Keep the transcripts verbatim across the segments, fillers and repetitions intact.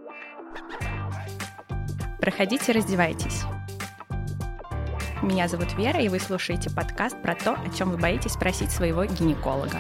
Проходите, раздевайтесь. Меня зовут Вера, и вы слушаете подкаст про то, о чем вы боитесь спросить своего гинеколога.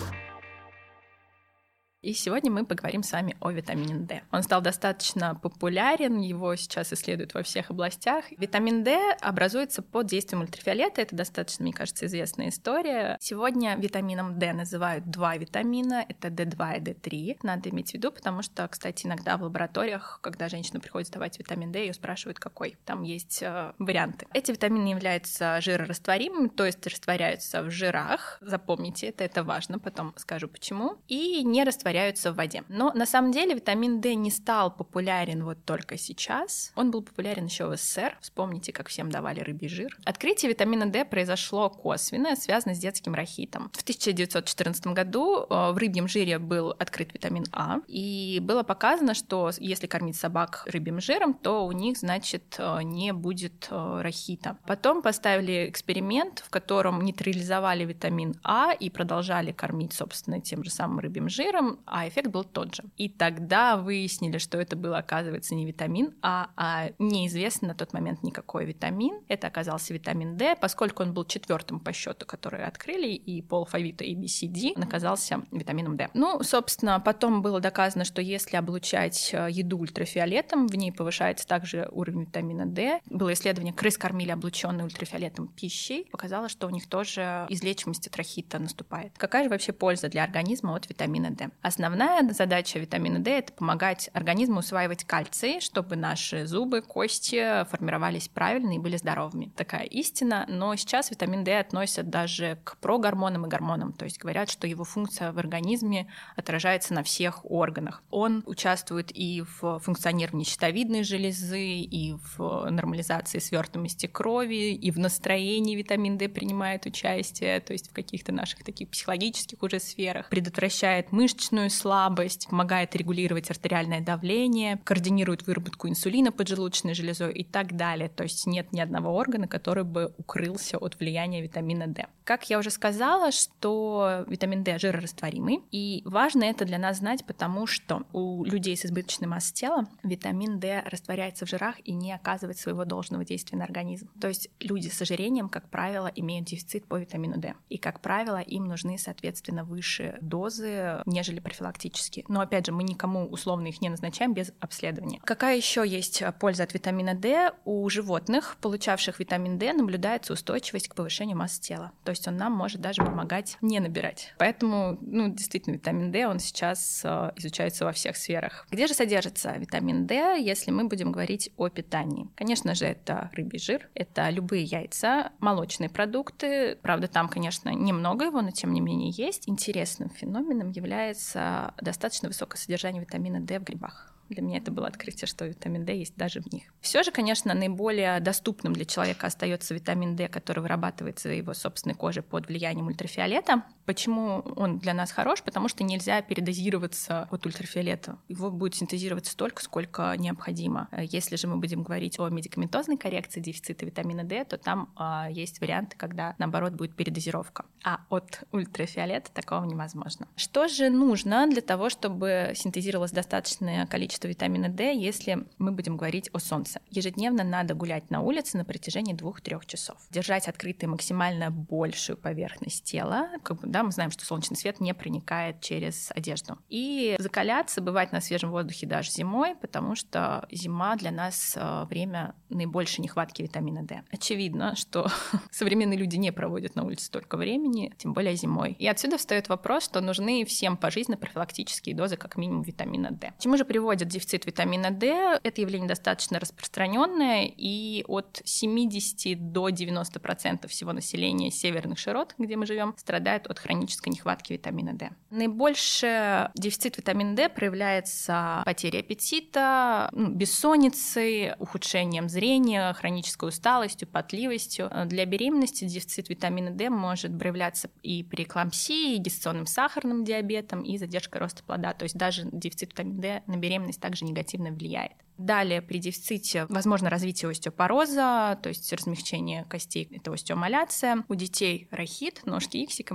И сегодня мы поговорим с вами о витамине D. Он стал достаточно популярен, его сейчас исследуют во всех областях. Витамин D образуется под действием ультрафиолета, это достаточно, мне кажется, известная история. Сегодня витамином D называют два витамина, это ди два и ди три. Надо иметь в виду, потому что, кстати, иногда в лабораториях, когда женщина приходит сдавать витамин D, ее спрашивают, какой. Там есть э, варианты. Эти витамины являются жирорастворимыми, то есть растворяются в жирах. Запомните это, это важно, потом скажу почему. И не растворяются в воде. Но на самом деле витамин D не стал популярен вот только сейчас. Он был популярен еще в СССР. Вспомните, как всем давали рыбий жир. Открытие витамина D произошло косвенно, связано с детским рахитом. В тысяча девятьсот четырнадцатом году в рыбьем жире был открыт витамин А, и было показано, что если кормить собак рыбьим жиром, то у них, значит, не будет рахита. Потом поставили эксперимент, в котором нейтрализовали витамин А и продолжали кормить, собственно, тем же самым рыбьим жиром, а эффект был тот же. И тогда выяснили, что это был, оказывается, не витамин А, а неизвестный на тот момент никакой витамин. Это оказался витамин D, поскольку он был четвертым по счету, который открыли, и по алфавиту A, B, C, D, он оказался витамином D. Ну, собственно, потом было доказано, что если облучать еду ультрафиолетом, в ней повышается также уровень витамина D. Было исследование, крыс кормили облученной ультрафиолетом пищей, показало, что у них тоже излечимость от рахита наступает. Какая же вообще польза для организма от витамина D? Основная задача витамина D — это помогать организму усваивать кальций, чтобы наши зубы, кости формировались правильно и были здоровыми. Такая истина, но сейчас витамин D относят даже к прогормонам и гормонам, то есть говорят, что его функция в организме отражается на всех органах. Он участвует и в функционировании щитовидной железы, и в нормализации свертываемости крови, и в настроении витамин D принимает участие, то есть в каких-то наших таких психологических уже сферах, предотвращает мышечную слабость, помогает регулировать артериальное давление, координирует выработку инсулина поджелудочной железой и так далее. То есть нет ни одного органа, который бы укрылся от влияния витамина D. Как я уже сказала, что витамин D жирорастворимый, и важно это для нас знать, потому что у людей с избыточной массой тела витамин D растворяется в жирах и не оказывает своего должного действия на организм. То есть люди с ожирением, как правило, имеют дефицит по витамину D. И, как правило, им нужны, соответственно, выше дозы, нежели профилактически. Но, опять же, мы никому условно их не назначаем без обследования. Какая еще есть польза от витамина D? У животных, получавших витамин D, наблюдается устойчивость к повышению массы тела. То есть он нам может даже помогать не набирать. Поэтому, ну, действительно, витамин D, он сейчас э, изучается во всех сферах. Где же содержится витамин D, если мы будем говорить о питании? Конечно же, это рыбий жир, это любые яйца, молочные продукты. Правда, там, конечно, немного его, но тем не менее есть. Интересным феноменом является достаточно высокое содержание витамина D в грибах. Для меня это было открытие, что витамин D есть даже в них. Все же, конечно, наиболее доступным для человека остается витамин D, который вырабатывается его собственной кожей под влиянием ультрафиолета. Почему он для нас хорош? Потому что нельзя передозироваться от ультрафиолета. Его будет синтезироваться столько, сколько необходимо. Если же мы будем говорить о медикаментозной коррекции дефицита витамина D, то там э, есть варианты, когда, наоборот, будет передозировка. А от ультрафиолета такого невозможно. Что же нужно для того, чтобы синтезировалось достаточное количество витамина D, если мы будем говорить о солнце? Ежедневно надо гулять на улице на протяжении двух-трёх часов. Держать открытой максимально большую поверхность тела. Как бы, да, мы знаем, что солнечный свет не проникает через одежду. И закаляться, бывать на свежем воздухе даже зимой, потому что зима для нас время наибольшей нехватки витамина D. Очевидно, что современные люди не проводят на улице столько времени, тем более зимой. И отсюда встает вопрос, что нужны всем пожизненно профилактические дозы как минимум витамина D. К чему же приводит дефицит витамина D? Это явление достаточно распространенное, и от семидесяти до девяноста процентов всего населения северных широт, где мы живем, страдает от хронической нехватки витамина D. Наибольший дефицит витамина D проявляется потерей аппетита, бессонницей, ухудшением зрения, хронической усталостью, потливостью. Для беременности дефицит витамина D может проявляться и при эклампсии, и гестационным сахарным диабетом, и задержкой роста плода. То есть даже дефицит витамина D на беременность также негативно влияет. Далее при дефиците возможно развитие остеопороза, то есть размягчение костей, это остеомаляция. У детей рахит, ножки иксиком, либо ножки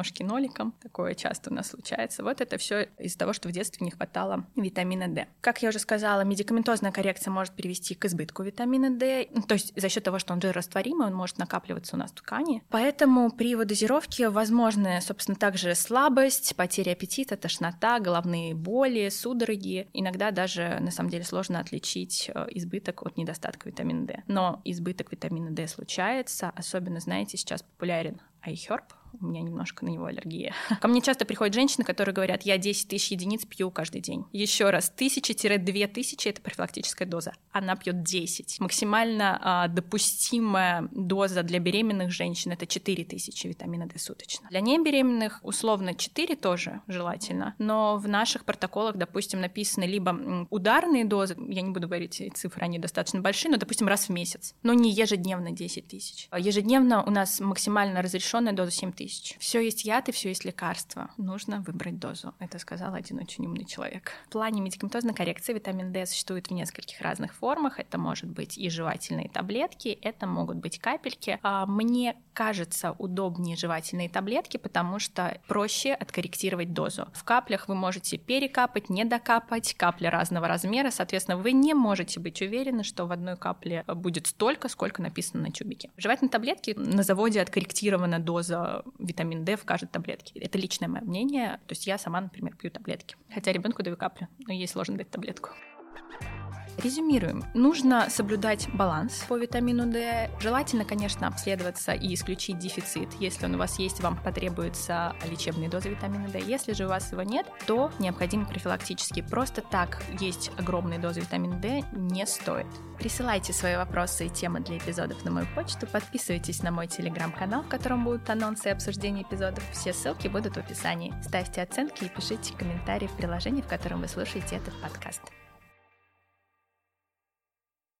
ножки ноликом. Такое часто у нас случается. Вот это все из-за того, что в детстве не хватало витамина D. Как я уже сказала, медикаментозная коррекция может привести к избытку витамина D, то есть за счет того, что он жирорастворимый, он может накапливаться у нас в ткани. Поэтому при его дозировке возможны, собственно, также слабость, потеря аппетита, тошнота, головные боли, судороги. Иногда даже, на самом деле, сложно отличить избыток от недостатка витамина D. Но избыток витамина D случается, особенно, знаете, сейчас популярен iHerb. У меня немножко на него аллергия. Ко мне часто приходят женщины, которые говорят, я десять тысяч единиц пью каждый день. Еще раз, тысяча-две тысячи — это профилактическая доза. Она пьет десять. Максимально а, допустимая доза для беременных женщин — это четыре тысячи витамина D суточно. Для небеременных условно четыре тоже желательно, но в наших протоколах, допустим, написаны либо ударные дозы, я не буду говорить цифры, они достаточно большие, но, допустим, раз в месяц, но не ежедневно десять тысяч. Ежедневно у нас максимально разрешенная доза семь тысяч. Все есть яд и все есть лекарство. Нужно выбрать дозу. Это сказал один очень умный человек. В плане медикаментозной коррекции витамин D существует в нескольких разных формах. Это может быть и жевательные таблетки, это могут быть капельки. Мне кажется удобнее жевательные таблетки, потому что проще откорректировать дозу. В каплях вы можете перекапать, не докапать, капли разного размера. Соответственно, вы не можете быть уверены, что в одной капле будет столько, сколько написано на тюбике. В жевательной таблетке на заводе откорректирована доза витамин D в каждой таблетке. Это личное мое мнение. То есть я сама, например, пью таблетки. Хотя ребенку даю каплю, но ей сложно дать таблетку. Резюмируем. Нужно соблюдать баланс по витамину D. Желательно, конечно, обследоваться и исключить дефицит. Если он у вас есть, вам потребуется лечебные дозы витамина D. Если же у вас его нет, то необходимо профилактически. Просто так есть огромные дозы витамина D не стоит. Присылайте свои вопросы и темы для эпизодов на мою почту. Подписывайтесь на мой телеграм-канал, в котором будут анонсы и обсуждения эпизодов. Все ссылки будут в описании. Ставьте оценки и пишите комментарии в приложении, в котором вы слушаете этот подкаст.